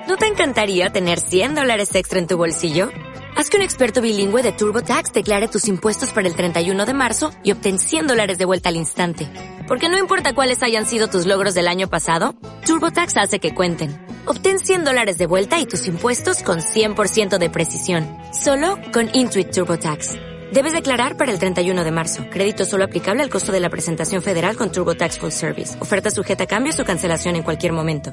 ¿No te encantaría tener $100 extra en tu bolsillo? Haz que un experto bilingüe de TurboTax declare tus impuestos para el 31 de marzo y obtén $100 de vuelta al instante. Porque no importa cuáles hayan sido tus logros del año pasado, TurboTax hace que cuenten. Obtén $100 de vuelta y tus impuestos con 100% de precisión. Solo con Intuit TurboTax. Debes declarar para el 31 de marzo. Crédito solo aplicable al costo de la presentación federal con TurboTax Full Service. Oferta sujeta a cambios o cancelación en cualquier momento.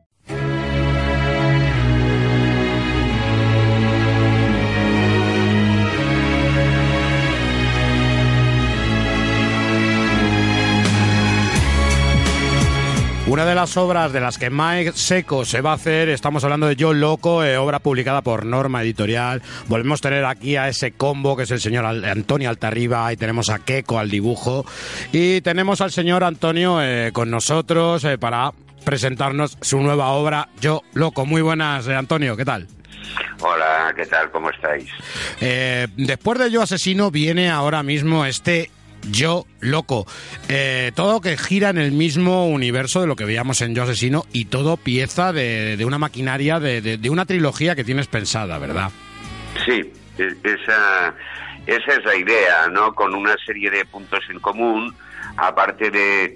Una de las obras de las que Mike Seco se va a hacer, estamos hablando de Yo Loco, obra publicada por Norma Editorial. Volvemos a tener aquí a ese combo que es el señor Antonio Altarriba, y tenemos a Keiko al dibujo, y tenemos al señor Antonio con nosotros para presentarnos su nueva obra, Yo Loco. Muy buenas, Antonio, ¿qué tal? Hola, ¿qué tal? ¿Cómo estáis? Después de Yo Asesino viene ahora mismo Yo Loco, todo que gira en el mismo universo de lo que veíamos en Yo Asesino, y todo pieza de una maquinaria de una trilogía que tienes pensada, ¿verdad? Sí, esa es la idea, ¿no? Con una serie de puntos en común, aparte de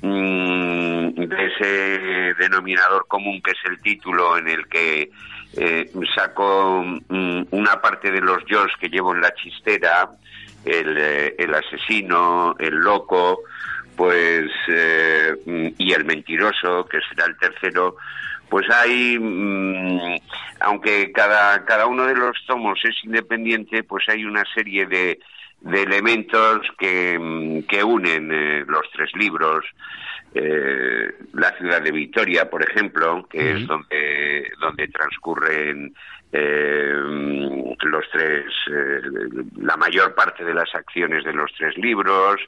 ese denominador común que es el título, en el que saco una parte de los yos que llevo en la chistera, el asesino, el loco, pues y el mentiroso, que será el tercero. Pues hay, aunque cada uno de los tomos es independiente, pues hay una serie de elementos que unen los tres libros. La ciudad de Vitoria, por ejemplo, que es donde transcurren los tres, la mayor parte de las acciones de los tres libros.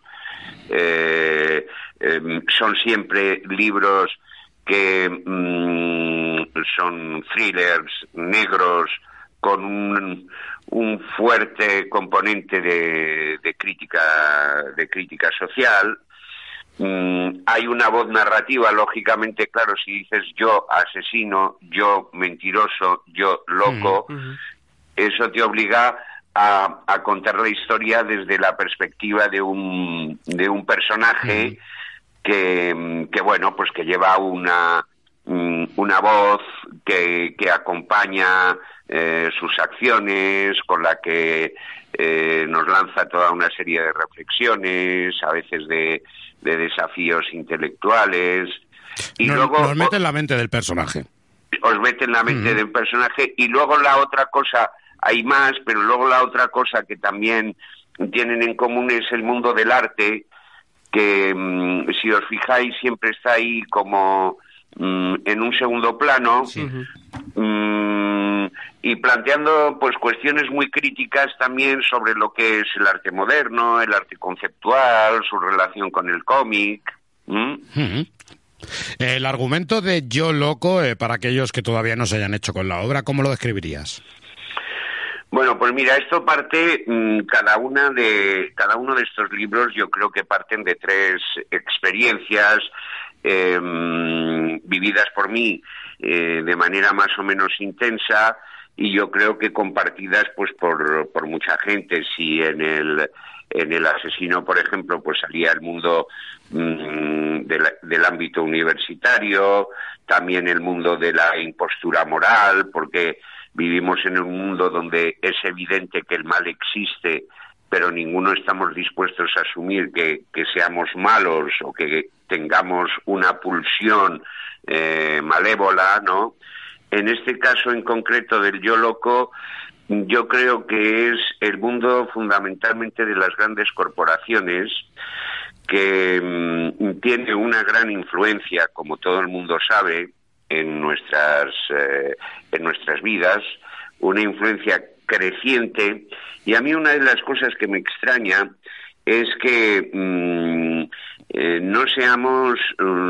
Son siempre libros que son thrillers negros con un fuerte componente de crítica social. Hay una voz narrativa, lógicamente, claro, si dices yo asesino, yo mentiroso, yo loco, eso te obliga a contar la historia desde la perspectiva de un personaje que bueno, pues que lleva una voz que acompaña sus acciones, con la que nos lanza toda una serie de reflexiones, a veces de desafíos intelectuales, y luego nos mete en la mente del personaje. Os mete en la mente del personaje, y luego la otra cosa, hay más, pero luego la otra cosa que también tienen en común es el mundo del arte, que si os fijáis siempre está ahí como en un segundo plano, y planteando pues cuestiones muy críticas también sobre lo que es el arte moderno, el arte conceptual, su relación con el cómic. El argumento de Yo Loco, para aquellos que todavía no se hayan hecho con la obra, ¿cómo lo describirías? Bueno, pues mira, esto parte, cada uno de estos libros yo creo que parten de tres experiencias vividas por mí de manera más o menos intensa, y yo creo que compartidas pues por mucha gente. Si en el asesino, por ejemplo, pues salía el mundo del ámbito universitario, también el mundo de la impostura moral, porque vivimos en un mundo donde es evidente que el mal existe, pero ninguno estamos dispuestos a asumir que seamos malos o que tengamos una pulsión malévola, ¿no? En este caso en concreto del Yo Loco, yo creo que es el mundo fundamentalmente de las grandes corporaciones, que tiene una gran influencia, como todo el mundo sabe, en nuestras vidas, una influencia creciente. Y a mí una de las cosas que me extraña es que no seamos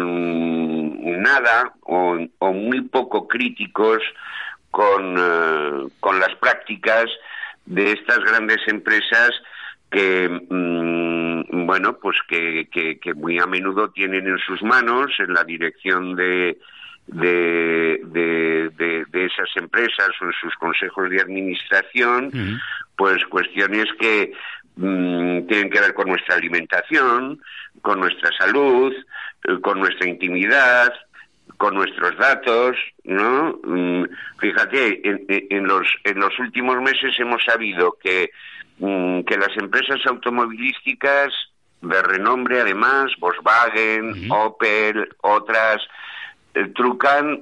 nada o muy poco críticos con las prácticas de estas grandes empresas que bueno, pues que muy a menudo tienen en sus manos, en la dirección de de esas empresas o en sus consejos de administración, pues cuestiones que tienen que ver con nuestra alimentación, con nuestra salud, con nuestra intimidad, con nuestros datos, ¿no? Fíjate, en los últimos meses hemos sabido que las empresas automovilísticas de renombre, además, Volkswagen, Opel, otras, trucan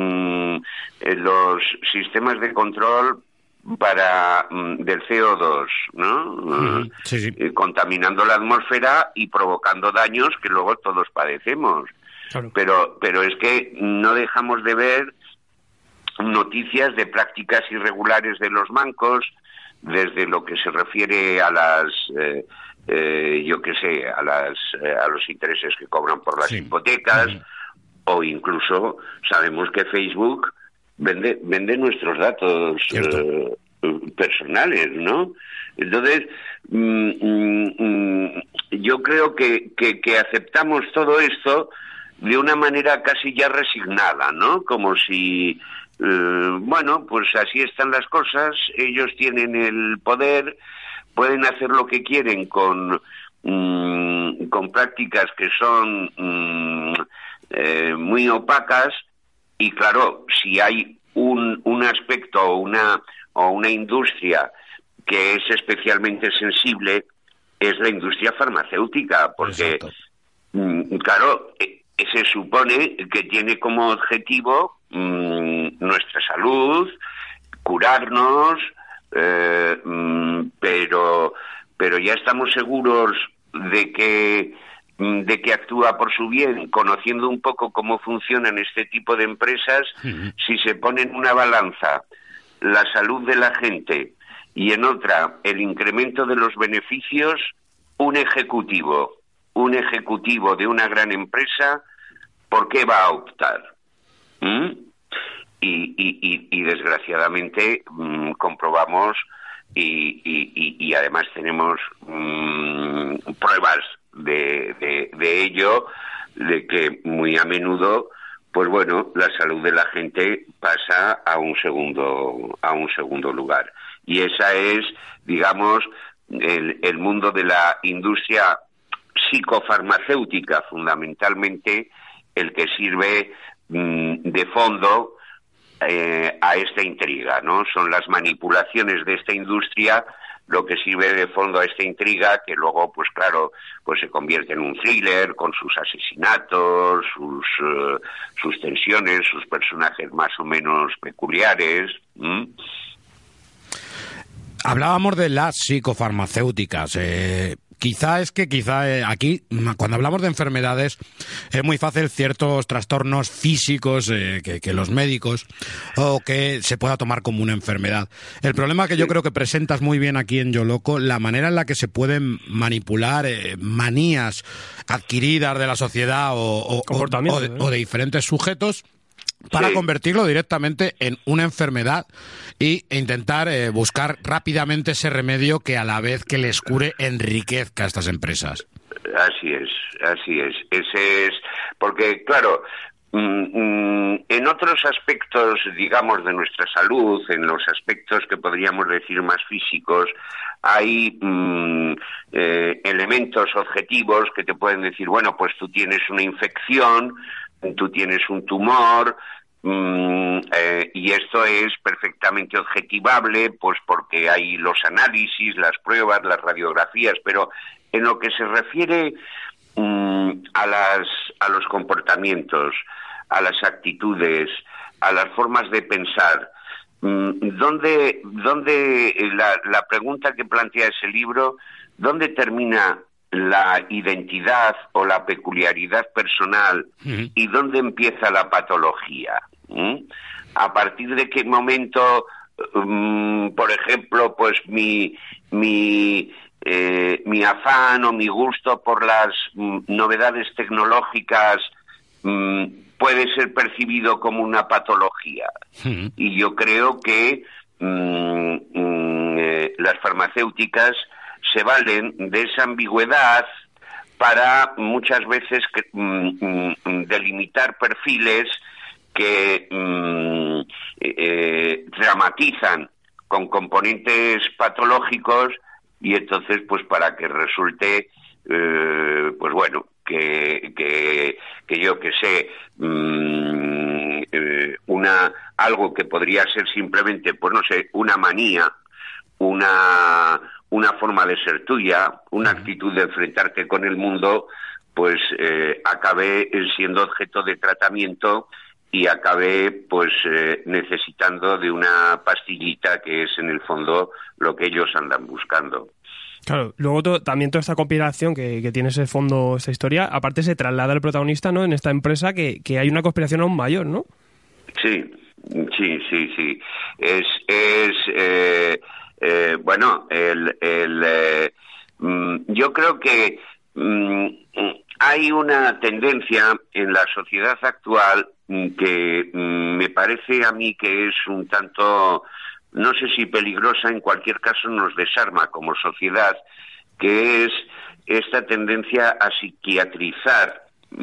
los sistemas de control del CO2, ¿no? Contaminando la atmósfera y provocando daños que luego todos padecemos. Claro. Pero es que no dejamos de ver noticias de prácticas irregulares de los bancos, desde lo que se refiere a las a los intereses que cobran por las hipotecas, o incluso sabemos que Facebook vende nuestros datos personales, ¿no? Entonces, yo creo que aceptamos todo esto de una manera casi ya resignada, ¿no? Como si, bueno, pues así están las cosas, ellos tienen el poder, pueden hacer lo que quieren con prácticas que son muy opacas, y claro, si hay un aspecto o una industria que es especialmente sensible, es la industria farmacéutica, porque claro, se supone que tiene como objetivo nuestra salud, curarnos, pero ya estamos seguros de que actúa por su bien, conociendo un poco cómo funcionan este tipo de empresas. Si se pone en una balanza la salud de la gente y en otra el incremento de los beneficios, un ejecutivo de una gran empresa, ¿por qué va a optar? Y desgraciadamente comprobamos y además tenemos pruebas de ello, de que muy a menudo, pues bueno, la salud de la gente pasa a un segundo lugar. Y esa es, digamos, el mundo de la industria psicofarmacéutica, fundamentalmente, el que sirve de fondo a esta intriga, ¿no? Son las manipulaciones de esta industria lo que sirve de fondo a esta intriga, que luego, pues claro, pues se convierte en un thriller con sus asesinatos, sus tensiones, sus personajes más o menos peculiares. Hablábamos de las psicofarmacéuticas. Quizá aquí, cuando hablamos de enfermedades, es muy fácil ciertos trastornos físicos que los médicos, o que se pueda tomar como una enfermedad. El problema que yo creo que presentas muy bien aquí en Yo Loco, la manera en la que se pueden manipular manías adquiridas de la sociedad o de diferentes sujetos, para convertirlo directamente en una enfermedad e intentar buscar rápidamente ese remedio que, a la vez que les cure, enriquezca a estas empresas. Así es. Ese es, porque claro, en otros aspectos, digamos, de nuestra salud, en los aspectos que podríamos decir más físicos, hay elementos objetivos que te pueden decir, bueno, pues tú tienes una infección, tú tienes un tumor, y esto es perfectamente objetivable, pues porque hay los análisis, las pruebas, las radiografías, pero en lo que se refiere a los comportamientos, a las actitudes, a las formas de pensar, ¿dónde la pregunta que plantea ese libro, dónde termina la identidad o la peculiaridad personal y dónde empieza la patología? ¿A partir de qué momento, por ejemplo, pues mi afán o mi gusto por las novedades tecnológicas puede ser percibido como una patología? Y yo creo que las farmacéuticas se valen de esa ambigüedad para muchas veces delimitar perfiles que matizan con componentes patológicos y entonces pues para que resulte pues bueno que yo que sé algo que podría ser simplemente pues no sé una manía, una forma de ser tuya, una actitud de enfrentarte con el mundo, pues acabe siendo objeto de tratamiento y acabé pues necesitando de una pastillita que es en el fondo lo que ellos andan buscando. Claro, luego también toda esta compilación que tiene ese fondo, esta historia, aparte se traslada al protagonista, ¿no? En esta empresa que hay una conspiración aún mayor, ¿no? Sí. Bueno, yo creo que hay una tendencia en la sociedad actual que me parece a mí que es un tanto, no sé si peligrosa, en cualquier caso nos desarma como sociedad, que es esta tendencia a psiquiatrizar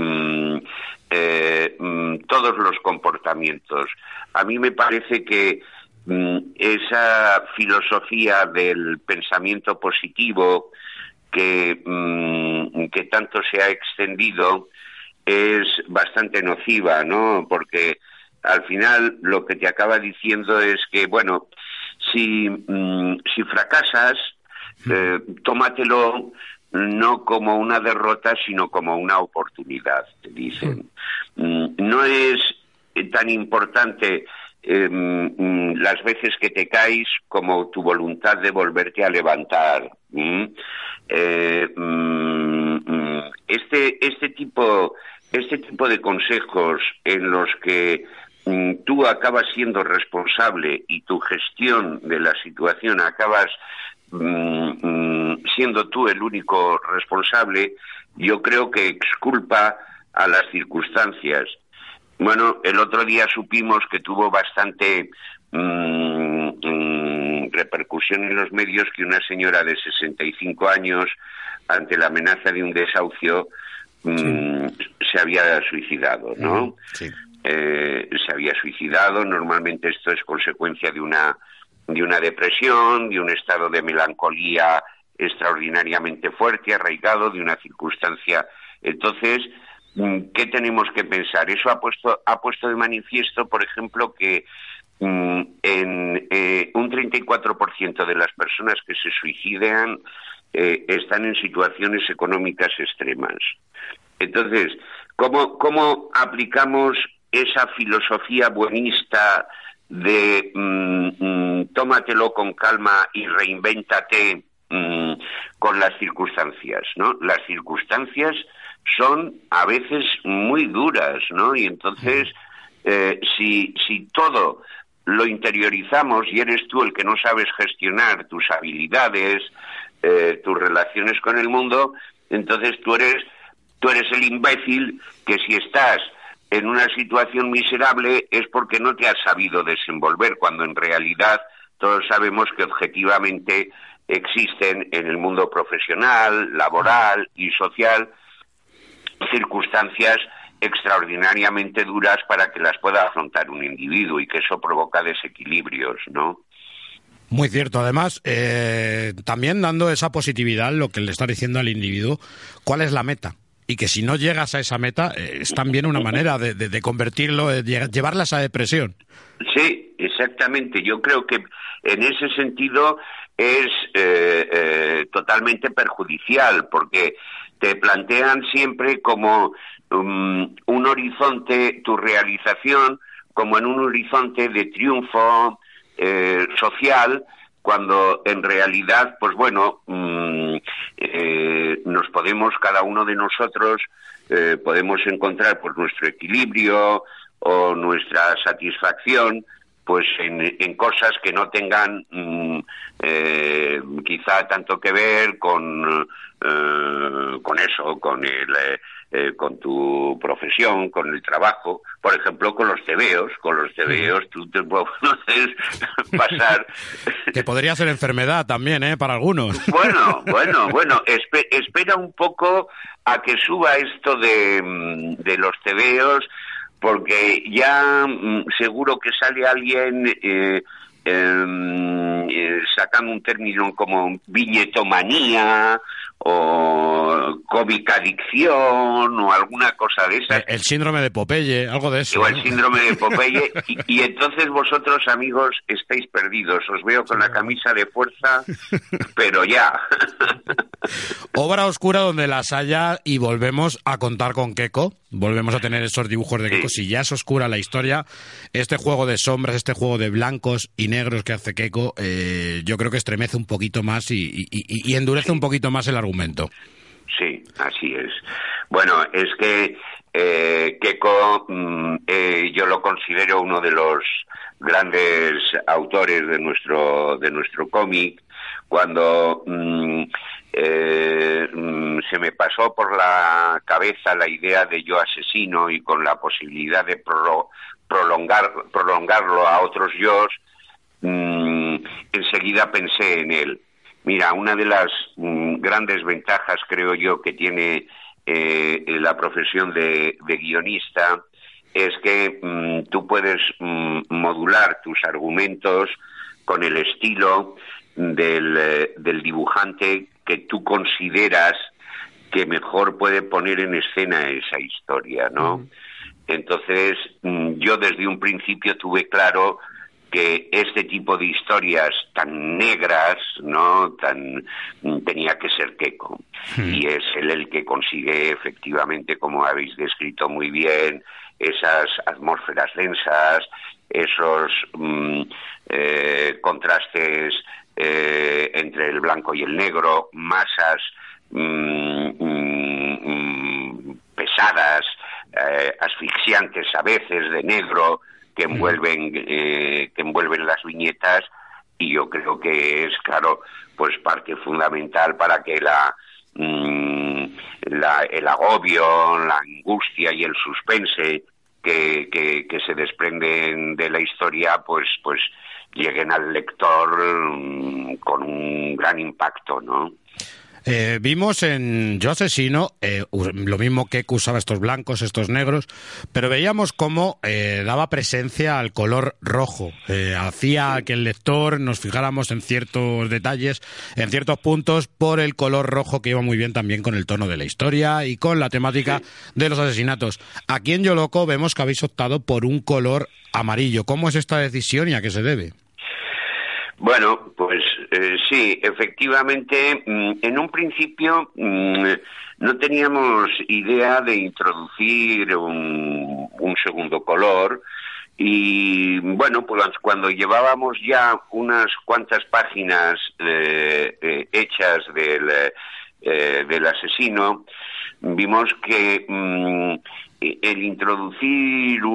todos los comportamientos. A mí me parece que esa filosofía del pensamiento positivo que tanto se ha extendido es bastante nociva, ¿no? Porque al final lo que te acaba diciendo es que, bueno, si fracasas, tómatelo no como una derrota, sino como una oportunidad, te dicen. No es tan importante las veces que te caes como tu voluntad de volverte a levantar. Este tipo de consejos en los que tú acabas siendo responsable y tu gestión de la situación acabas siendo tú el único responsable, yo creo que exculpa a las circunstancias. Bueno, el otro día supimos que tuvo bastante repercusión en los medios que una señora de 65 años, ante la amenaza de un desahucio, se había suicidado, ¿no? Sí. Se había suicidado. Normalmente esto es consecuencia de una depresión, de un estado de melancolía extraordinariamente fuerte, arraigado, de una circunstancia. Entonces, ¿qué tenemos que pensar? Eso ha puesto de manifiesto, por ejemplo, que un 34% de las personas que se suicidan están en situaciones económicas extremas. Entonces, ¿cómo aplicamos esa filosofía buenista de tómatelo con calma y reinvéntate con las circunstancias, ¿no? Las circunstancias son a veces muy duras, ¿no? Y entonces, si todo lo interiorizamos y eres tú el que no sabes gestionar tus habilidades, tus relaciones con el mundo, entonces tú eres el imbécil que si estás en una situación miserable es porque no te has sabido desenvolver, cuando en realidad todos sabemos que objetivamente existen en el mundo profesional, laboral y social circunstancias extraordinariamente duras para que las pueda afrontar un individuo y que eso provoca desequilibrios, ¿no? Muy cierto. Además, también dando esa positividad, lo que le está diciendo al individuo, ¿cuál es la meta? Y que si no llegas a esa meta, es también una manera de convertirlo, de llevarla a esa depresión. Sí, exactamente. Yo creo que en ese sentido es totalmente perjudicial, porque te plantean siempre como un horizonte, tu realización, como en un horizonte de triunfo social, cuando en realidad, pues bueno, nos podemos, cada uno de nosotros, podemos encontrar pues nuestro equilibrio o nuestra satisfacción pues en cosas que no tengan quizá tanto que ver con eso, con tu profesión, con el trabajo, por ejemplo, con los tebeos. Con los tebeos tú te puedes pasar... Que podría ser enfermedad también, para algunos. Bueno, espera un poco a que suba esto de los tebeos, porque ya seguro que sale alguien sacan un término como viñetomanía o cómica adicción o alguna cosa de esas. El síndrome de Popeye, algo de eso. O el síndrome de Popeye. y entonces vosotros, amigos, estáis perdidos. Os veo con la camisa de fuerza, pero ya. Obra oscura donde las haya, y volvemos a contar con Keiko. Volvemos a tener esos dibujos de Keiko. Si ya es oscura la historia, este juego de sombras, este juego de blancos y negros que hace Keiko, yo creo que estremece un poquito más y endurece un poquito más el argumento. Sí, así es. Bueno, es que Keiko yo lo considero uno de los grandes autores de nuestro cómic. Cuando se me pasó por la cabeza la idea de Yo Asesino, y con la posibilidad de prolongarlo a otros yos, enseguida pensé en él. Mira, una de las grandes ventajas, creo yo, que tiene la profesión de guionista es que tú puedes modular tus argumentos con el estilo del dibujante que tú consideras que mejor puede poner en escena esa historia, ¿no? Entonces, yo desde un principio tuve claro que este tipo de historias tan negras, ¿no?, tenía que ser Keiko. Y es él el que consigue, efectivamente, como habéis descrito muy bien, esas atmósferas densas, esos contrastes entre el blanco y el negro, masas pesadas, asfixiantes a veces de negro, que envuelven las viñetas, y yo creo que es, claro, pues parte fundamental para que el agobio, la angustia y el suspense que se desprenden de la historia, pues lleguen al lector con un gran impacto, ¿no? Vimos en Yo Asesino lo mismo que usaba estos blancos, estos negros, pero veíamos cómo daba presencia al color rojo, hacía que el lector nos fijáramos en ciertos detalles, en ciertos puntos, por el color rojo, que iba muy bien también con el tono de la historia y con la temática de los asesinatos. Aquí en Yo Loco vemos que habéis optado por un color amarillo. ¿Cómo es esta decisión y a qué se debe? Bueno, pues sí, efectivamente, en un principio no teníamos idea de introducir un segundo color, y bueno, pues cuando llevábamos ya unas cuantas páginas hechas del asesino, vimos que el introducir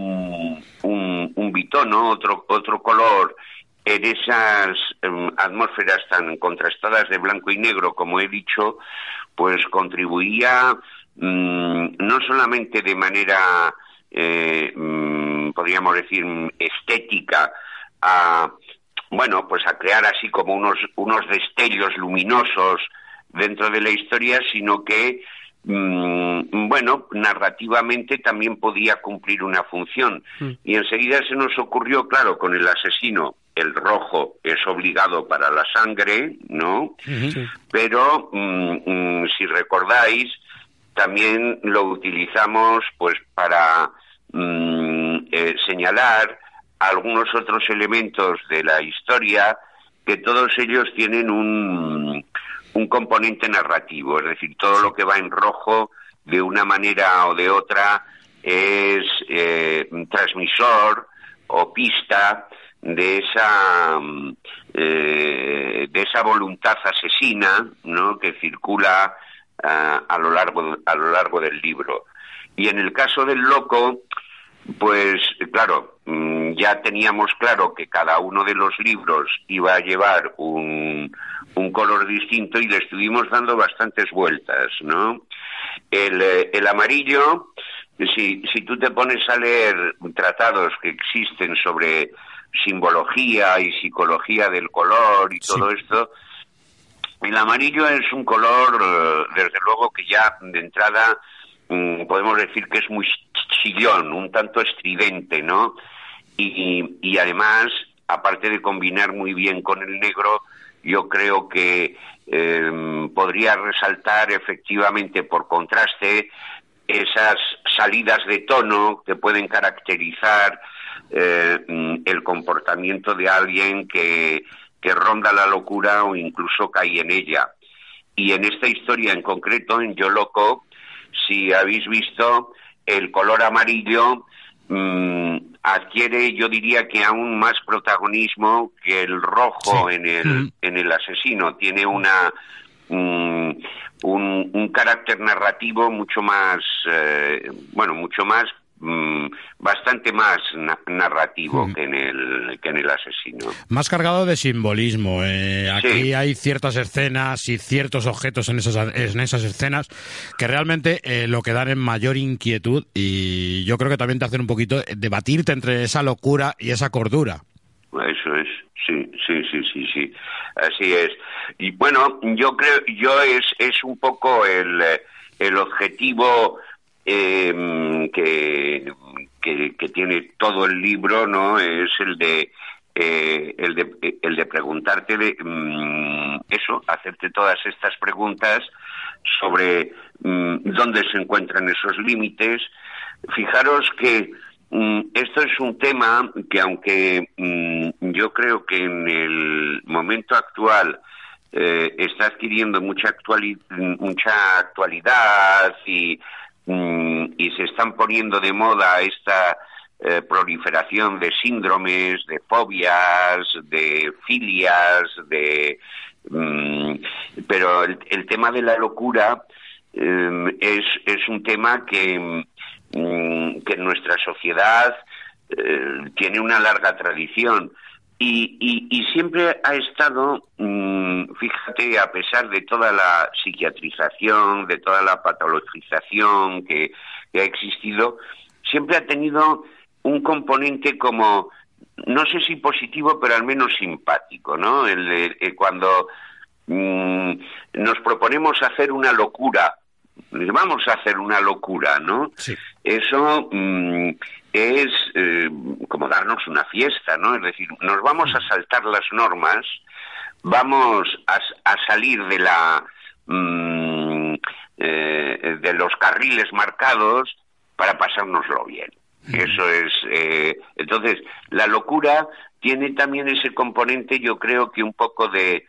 un bitono, otro color, en esas atmósferas tan contrastadas de blanco y negro, como he dicho, pues contribuía no solamente de manera, podríamos decir, estética, a crear así como unos destellos luminosos dentro de la historia, sino que narrativamente también podía cumplir una función. Y enseguida se nos ocurrió, claro, con el asesino, el rojo es obligado para la sangre, ¿no? Sí. Pero si recordáis, también lo utilizamos pues para señalar algunos otros elementos de la historia, que todos ellos tienen un componente narrativo, es decir, todo lo que va en rojo de una manera o de otra es transmisor o pista de esa voluntad asesina, ¿no?, que circula a lo largo del libro. Y en el caso del loco, pues claro, ya teníamos claro que cada uno de los libros iba a llevar un color distinto, y le estuvimos dando bastantes vueltas, ¿no? El amarillo, si tú te pones a leer tratados que existen sobre simbología y psicología del color y todo esto, el amarillo es un color, desde luego, que ya de entrada podemos decir que es muy chillón, un tanto estridente, ¿no? Y además aparte de combinar muy bien con el negro, yo creo que podría resaltar efectivamente por contraste esas salidas de tono que pueden caracterizar el comportamiento de alguien que ronda la locura o incluso cae en ella. Y en esta historia en concreto, en Yo Loco, si habéis visto, el color amarillo adquiere, yo diría que aún más protagonismo que el rojo en el asesino. Tiene un carácter narrativo mucho más, bastante más narrativo que en el asesino. Más cargado de simbolismo. Aquí hay ciertas escenas y ciertos objetos en esas escenas que realmente lo que dan es mayor inquietud, y yo creo que también te hacen un poquito debatirte entre esa locura y esa cordura. Eso es, sí, así es. Y bueno, yo creo, es un poco el objetivo que tiene todo el libro, ¿no? Es el de preguntarte hacerte todas estas preguntas sobre dónde se encuentran esos límites. Fijaros que esto es un tema que, aunque yo creo que en el momento actual está adquiriendo mucha actualidad y se están poniendo de moda esta proliferación de síndromes, de fobias, de filias, pero el tema de la locura es un tema que en nuestra sociedad tiene una larga tradición y siempre ha estado, fíjate, a pesar de toda la psiquiatrización, de toda la patologización que ha existido, siempre ha tenido un componente como, no sé si positivo, pero al menos simpático, ¿no? Cuando nos proponemos hacer una locura, vamos a hacer una locura, ¿no? Sí. Eso es como darnos una fiesta, ¿no? Es decir, nos vamos a saltar las normas, vamos a salir de los carriles marcados para pasárnoslo bien. Eso es. Entonces, la locura tiene también ese componente, yo creo que un poco de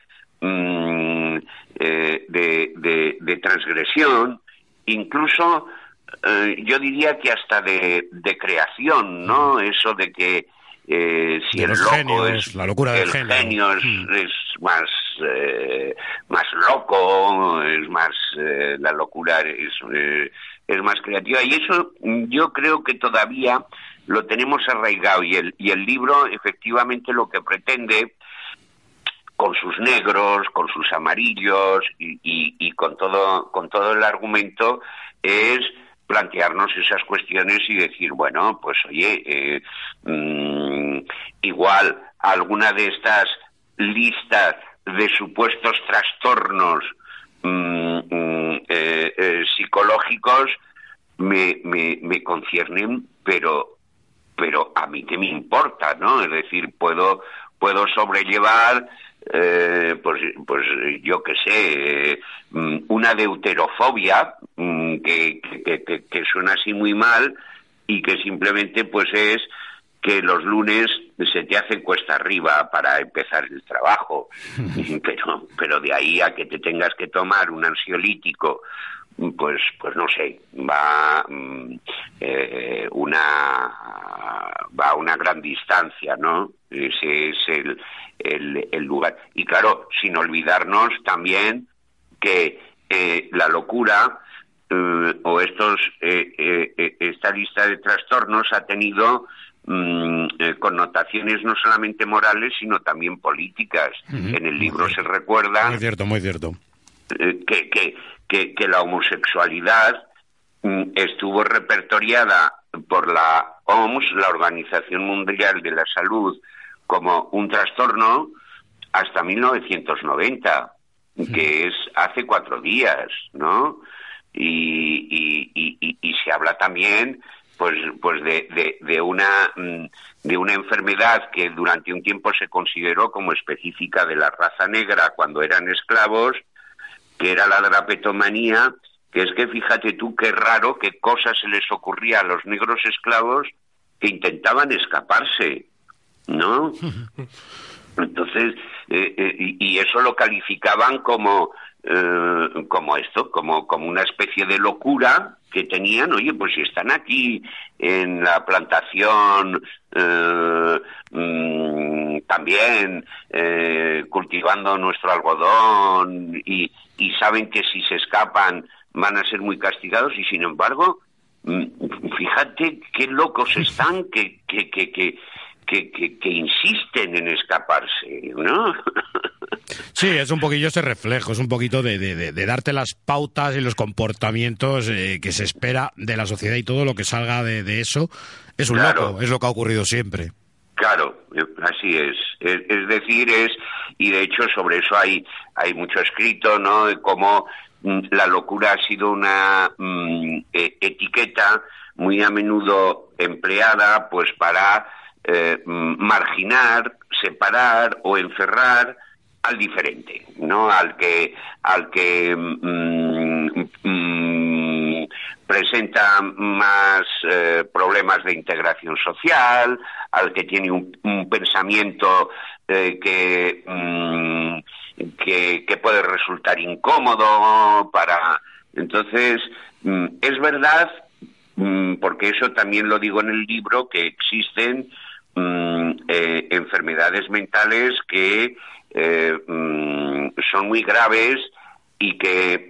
transgresión, incluso yo diría que hasta de creación, ¿no? Eso de que si el loco genios, es la locura del genio es más loco, es más la locura es más creativa, y eso yo creo que todavía lo tenemos arraigado, y el libro efectivamente lo que pretende, con sus negros, con sus amarillos y con todo el argumento, es plantearnos esas cuestiones y decir, bueno, pues oye, igual alguna de estas listas de supuestos trastornos psicológicos me conciernen, pero a mí qué me importa, ¿no? Es decir, puedo sobrellevar pues yo qué sé, una deuterofobia que suena así muy mal y que simplemente pues es que los lunes se te hace cuesta arriba para empezar el trabajo, pero de ahí a que te tengas que tomar un ansiolítico, pues no sé, va una gran distancia, ¿no? Ese es el lugar. Y claro, sin olvidarnos también que la locura o esta lista de trastornos ha tenido connotaciones no solamente morales, sino también políticas. En el libro se recuerda... Muy cierto. Que la homosexualidad estuvo repertoriada por la OMS, la Organización Mundial de la Salud, como un trastorno hasta 1990, que es hace 4 días, ¿no? Y se habla también de una enfermedad que durante un tiempo se consideró como específica de la raza negra cuando eran esclavos, que era la drapetomanía, que es que fíjate tú qué raro, qué cosas se les ocurría a los negros esclavos que intentaban escaparse, ¿no? Entonces, y eso lo calificaban como una especie de locura que tenían. Oye, pues si están aquí en la plantación también cultivando nuestro algodón y saben que si se escapan van a ser muy castigados, y sin embargo, fíjate qué locos están que insisten en escaparse, ¿no? Sí, es un poquillo ese reflejo, es un poquito de darte las pautas y los comportamientos que se espera de la sociedad, y todo lo que salga de eso es un loco, es lo que ha ocurrido siempre. Claro, así es. Es decir, y de hecho sobre eso hay mucho escrito, ¿no? De cómo la locura ha sido una etiqueta muy a menudo empleada pues para marginar, separar o encerrar al diferente, ¿no? Al que presenta más problemas de integración social, al que tiene un pensamiento que puede resultar incómodo Entonces, es verdad, porque eso también lo digo en el libro, que existen enfermedades mentales que son muy graves y que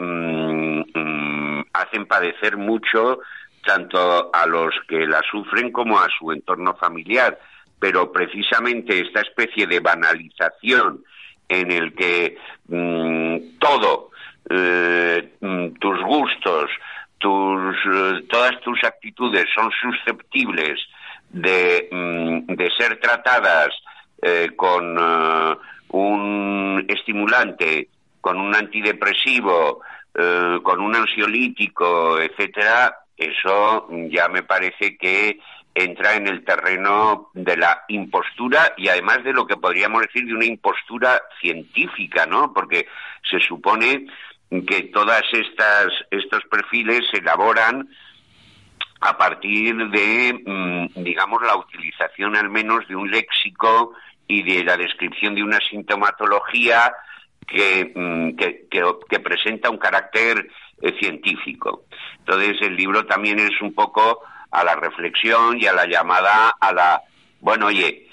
hacen padecer mucho tanto a los que la sufren como a su entorno familiar. Pero precisamente esta especie de banalización en el que todo, tus gustos, todas tus actitudes son susceptibles de ser tratadas con un estimulante, con un antidepresivo, con un ansiolítico, etcétera, eso ya me parece que entra en el terreno de la impostura, y además de lo que podríamos decir de una impostura científica, ¿no? Porque se supone que todas estos perfiles se elaboran a partir de, digamos, la utilización al menos de un léxico y de la descripción de una sintomatología que presenta un carácter científico. Entonces el libro también es un poco a la reflexión y a la llamada a la, bueno, oye,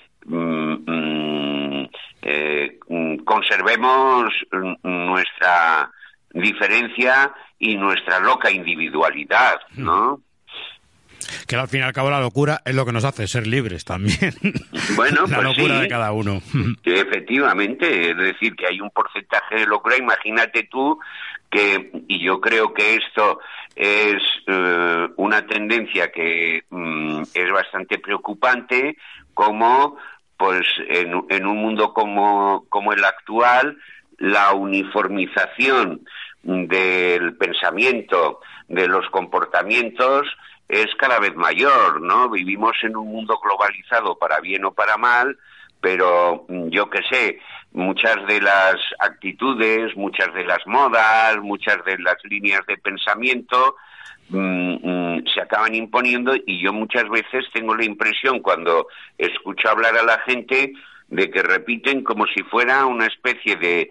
conservemos nuestra diferencia y nuestra loca individualidad, ¿no? Que al fin y al cabo la locura es lo que nos hace ser libres también. Bueno, la pues locura sí, de cada uno. Efectivamente, es decir, que hay un porcentaje de locura. Imagínate tú y yo creo que esto es una tendencia que es bastante preocupante, como pues en un mundo como el actual, la uniformización del pensamiento, de los comportamientos, es cada vez mayor, ¿no? Vivimos en un mundo globalizado para bien o para mal, pero yo qué sé, muchas de las actitudes, muchas de las modas, muchas de las líneas de pensamiento se acaban imponiendo, y yo muchas veces tengo la impresión, cuando escucho hablar a la gente, de que repiten como si fuera una especie de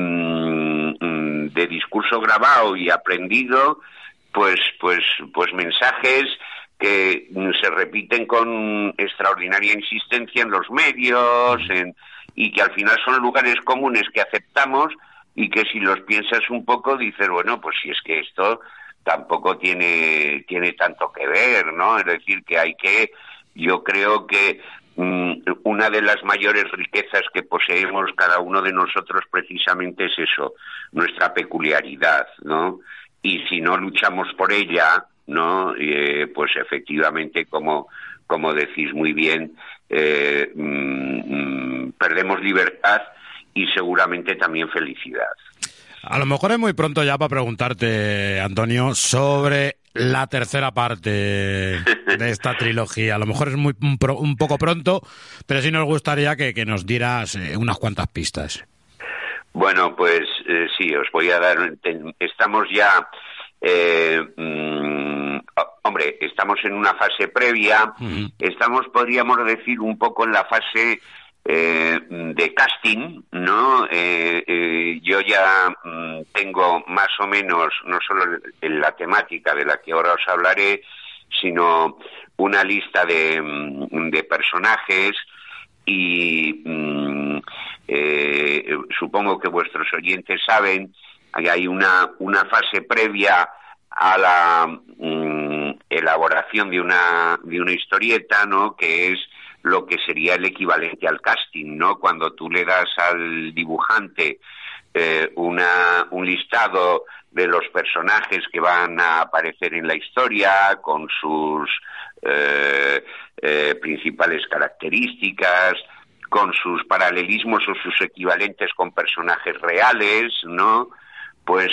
discurso grabado y aprendido, pues mensajes que se repiten con extraordinaria insistencia en los medios, y que al final son lugares comunes que aceptamos, y que si los piensas un poco dices, bueno, pues si es que esto tampoco tiene tanto que ver, ¿no? Es decir, que yo creo que una de las mayores riquezas que poseemos cada uno de nosotros precisamente es eso, nuestra peculiaridad, ¿no? Y si no luchamos por ella, ¿no? Pues efectivamente, como decís muy bien, perdemos libertad y seguramente también felicidad. A lo mejor es muy pronto ya para preguntarte, Antonio, sobre la tercera parte de esta trilogía. A lo mejor es un poco pronto, pero sí nos gustaría que nos dieras unas cuantas pistas. Bueno, pues sí, os voy a dar... Estamos ya... hombre, estamos en una fase previa. Estamos, podríamos decir, un poco en la fase... de casting, ¿no? Yo ya tengo más o menos, no solo en la temática de la que ahora os hablaré, sino una lista de personajes y supongo que vuestros oyentes saben que hay una fase previa a la elaboración de una historieta, ¿no? Que es lo que sería el equivalente al casting, ¿no? Cuando tú le das al dibujante un listado de los personajes que van a aparecer en la historia, con sus principales características, con sus paralelismos o sus equivalentes con personajes reales, ¿no? Pues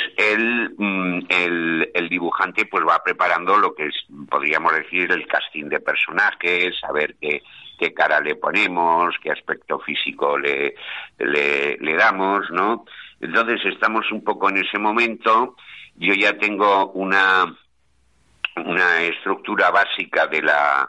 el dibujante pues va preparando lo que podríamos decir el casting de personajes, saber qué cara le ponemos, qué aspecto físico le damos, ¿no? Entonces estamos un poco en ese momento. Yo ya tengo una estructura básica de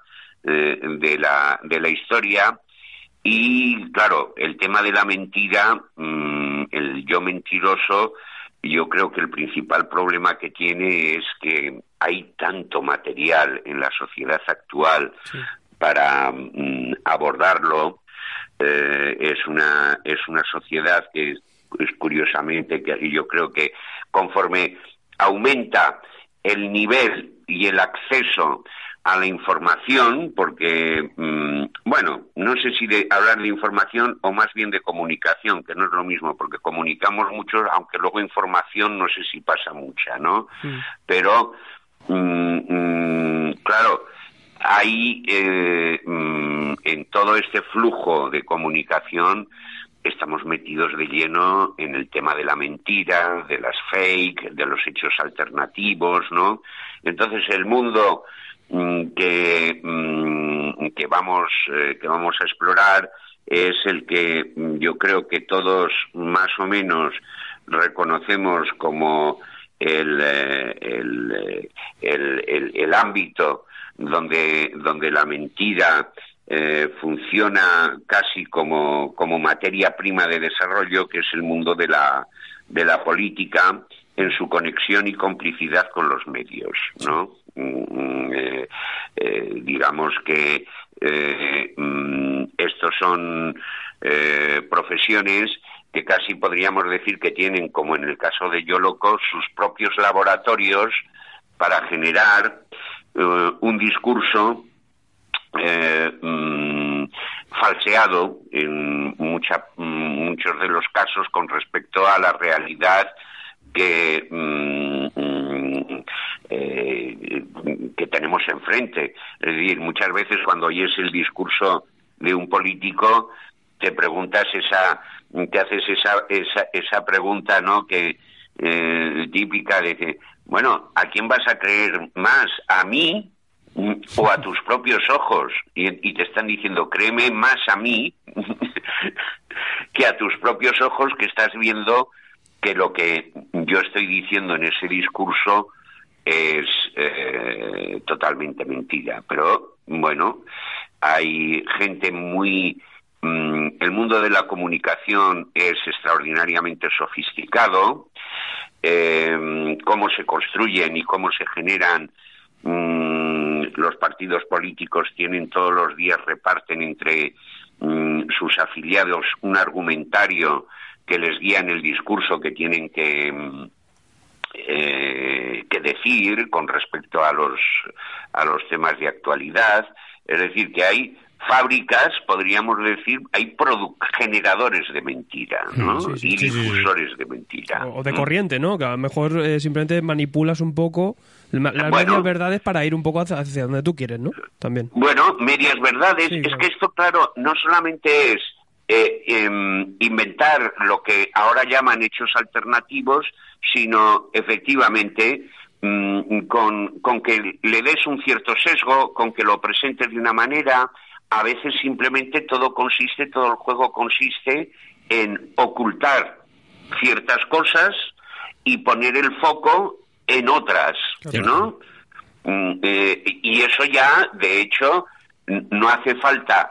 la historia y claro, el tema de la mentira, el yo mentiroso. Yo creo que el principal problema que tiene es que hay tanto material en la sociedad actual para abordarlo. Es una sociedad que es curiosamente, que yo creo que conforme aumenta el nivel y el acceso a la información, porque, bueno, no sé si hablar de información o más bien de comunicación, que no es lo mismo, porque comunicamos mucho, aunque luego información no sé si pasa mucha, ¿no? Pero, claro, hay en todo este flujo de comunicación estamos metidos de lleno en el tema de la mentira, de las fake, de los hechos alternativos, ¿no? Entonces el mundo que vamos a explorar es el que yo creo que todos más o menos reconocemos como el ámbito donde la mentira funciona casi como materia prima de desarrollo, que es el mundo de la política en su conexión y complicidad con los medios, ¿no? Digamos que estos son profesiones que casi podríamos decir que tienen, como en el caso de Yo Loco, sus propios laboratorios para generar un discurso falseado en muchos de los casos con respecto a la realidad que tenemos enfrente. Es decir, muchas veces cuando oyes el discurso de un político te haces esa pregunta, ¿no? Que típica de que, bueno, ¿a quién vas a creer más? ¿A mí o a tus propios ojos? Y te están diciendo, créeme más a mí que a tus propios ojos, que estás viendo que lo que yo estoy diciendo en ese discurso es totalmente mentira. Pero bueno, hay gente muy... el mundo de la comunicación es extraordinariamente sofisticado. Cómo se construyen y cómo se generan los partidos políticos tienen todos los días, reparten entre sus afiliados un argumentario que les guía en el discurso que tienen que decir con respecto a los temas de actualidad. Es decir, que hay fábricas, podríamos decir, hay generadores de mentira, ¿no? Sí, y difusores de mentira. O de corriente, ¿no? Que a lo mejor simplemente manipulas un poco las medias verdades para ir un poco hacia donde tú quieres, ¿no? También. Bueno, medias verdades. Sí, es que esto, claro, no solamente es inventar lo que ahora llaman hechos alternativos, sino efectivamente con que le des un cierto sesgo, con que lo presentes de una manera. A veces simplemente todo el juego consiste en ocultar ciertas cosas y poner el foco en otras, ¿no? Y eso ya, de hecho, no hace falta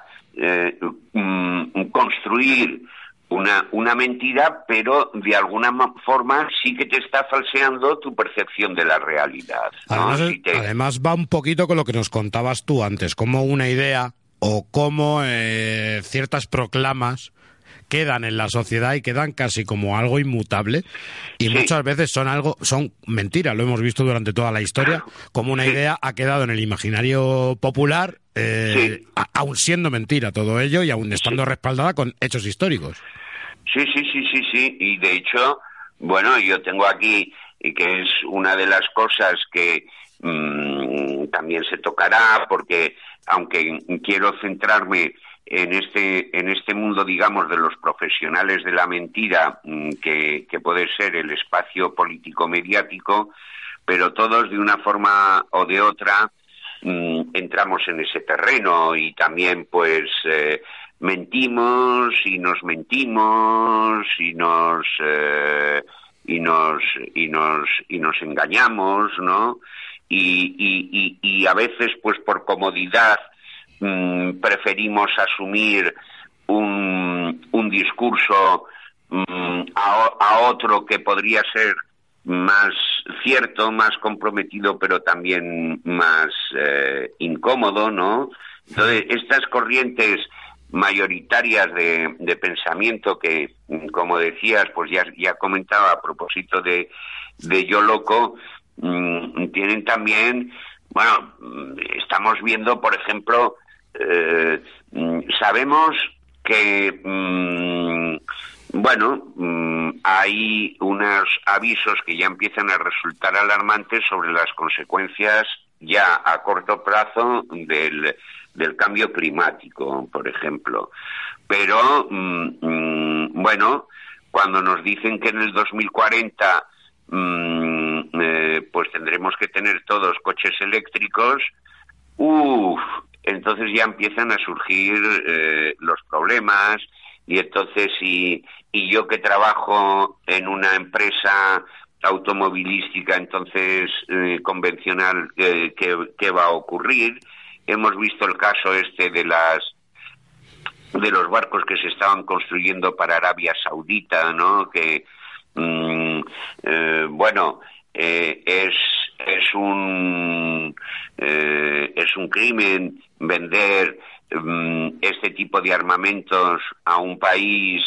construir una mentira, pero de alguna forma sí que te está falseando tu percepción de la realidad, ¿no? Además va un poquito con lo que nos contabas tú antes, como una idea o cómo ciertas proclamas quedan en la sociedad y quedan casi como algo inmutable y muchas veces son mentiras. Lo hemos visto durante toda la historia, como una idea ha quedado en el imaginario popular, aún siendo mentira todo ello y aún estando respaldada con hechos históricos. Sí, y de hecho, bueno, yo tengo aquí, que es una de las cosas que también se tocará, porque aunque quiero centrarme en este mundo, digamos, de los profesionales de la mentira, que puede ser el espacio político-mediático, pero todos de una forma o de otra entramos en ese terreno y también pues mentimos y nos mentimos y nos engañamos, ¿no? Y a veces pues por comodidad preferimos asumir un discurso a otro que podría ser más cierto, más comprometido, pero también más incómodo, ¿no? Entonces, estas corrientes mayoritarias de pensamiento que, como decías, pues ya comentaba a propósito de Yo Loco, tienen también, bueno, estamos viendo, por ejemplo, sabemos que, hay unos avisos que ya empiezan a resultar alarmantes sobre las consecuencias ya a corto plazo del cambio climático, por ejemplo. Pero, cuando nos dicen que en el 2040 pues tendremos que tener todos coches eléctricos, entonces ya empiezan a surgir los problemas. Y entonces, y yo que trabajo en una empresa automovilística, entonces convencional, ¿qué va a ocurrir? Hemos visto el caso de los barcos que se estaban construyendo para Arabia Saudita, ¿no? Que es un crimen vender este tipo de armamentos a un país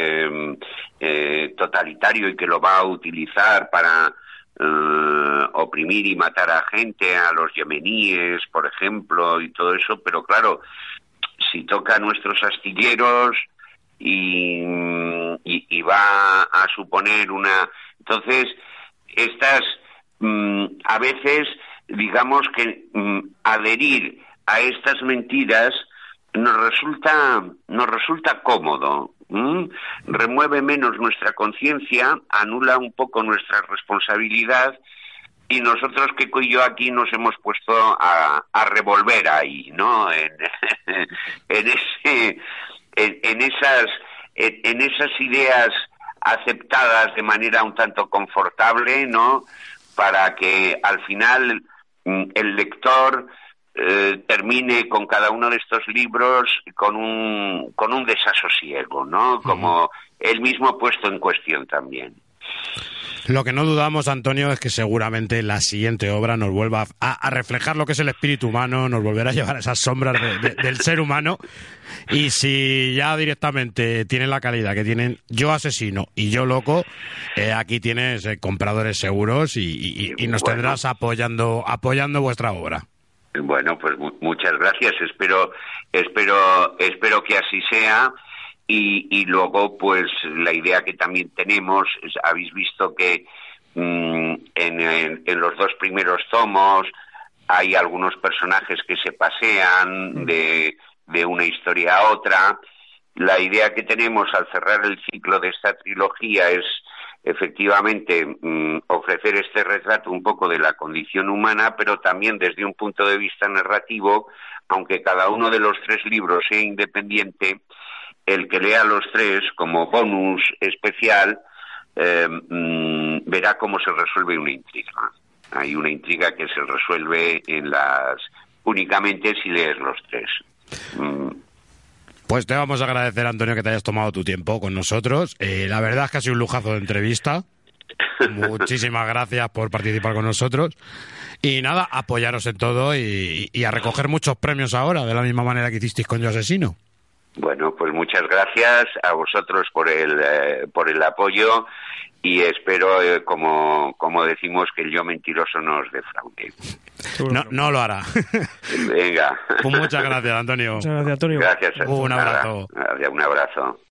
totalitario y que lo va a utilizar para oprimir y matar a gente, a los yemeníes, por ejemplo, y todo eso. Pero claro, si toca a nuestros astilleros y va a suponer Entonces, estas a veces, digamos que adherir a estas mentiras nos resulta cómodo, remueve menos nuestra conciencia, anula un poco nuestra responsabilidad, y nosotros, Keiko y yo, aquí nos hemos puesto a revolver ahí, ¿no? En esas ideas aceptadas de manera un tanto confortable, ¿no? Para que al final el lector termine con cada uno de estos libros con un desasosiego, ¿no? Como él mismo puesto en cuestión también. Lo que no dudamos, Antonio, es que seguramente la siguiente obra nos vuelva a reflejar lo que es el espíritu humano, nos volverá a llevar esas sombras del ser humano. Y si ya directamente tienen la calidad que tienen Yo Asesino y Yo Loco, aquí tienes compradores seguros y nos tendrás apoyando vuestra obra. Bueno, pues muchas gracias. Espero que así sea. Y luego, pues, la idea que también tenemos, habéis visto que en los dos primeros tomos hay algunos personajes que se pasean de una historia a otra. La idea que tenemos al cerrar el ciclo de esta trilogía es efectivamente ofrecer este retrato un poco de la condición humana, pero también desde un punto de vista narrativo, aunque cada uno de los 3 libros sea independiente, el que lea los 3 como bonus especial verá cómo se resuelve una intriga. Hay una intriga que se resuelve únicamente si lees los 3. Pues te vamos a agradecer, Antonio, que te hayas tomado tu tiempo con nosotros. La verdad es que ha sido un lujazo de entrevista. Muchísimas gracias por participar con nosotros. Y nada, apoyaros en todo y a recoger muchos premios ahora, de la misma manera que hicisteis con Yo Asesino. Bueno, pues muchas gracias a vosotros por el apoyo y espero, como decimos, que el yo mentiroso no os defraude. No lo hará. Venga. Pues muchas gracias, Antonio. Muchas gracias, Antonio. Gracias. Un abrazo. Un abrazo.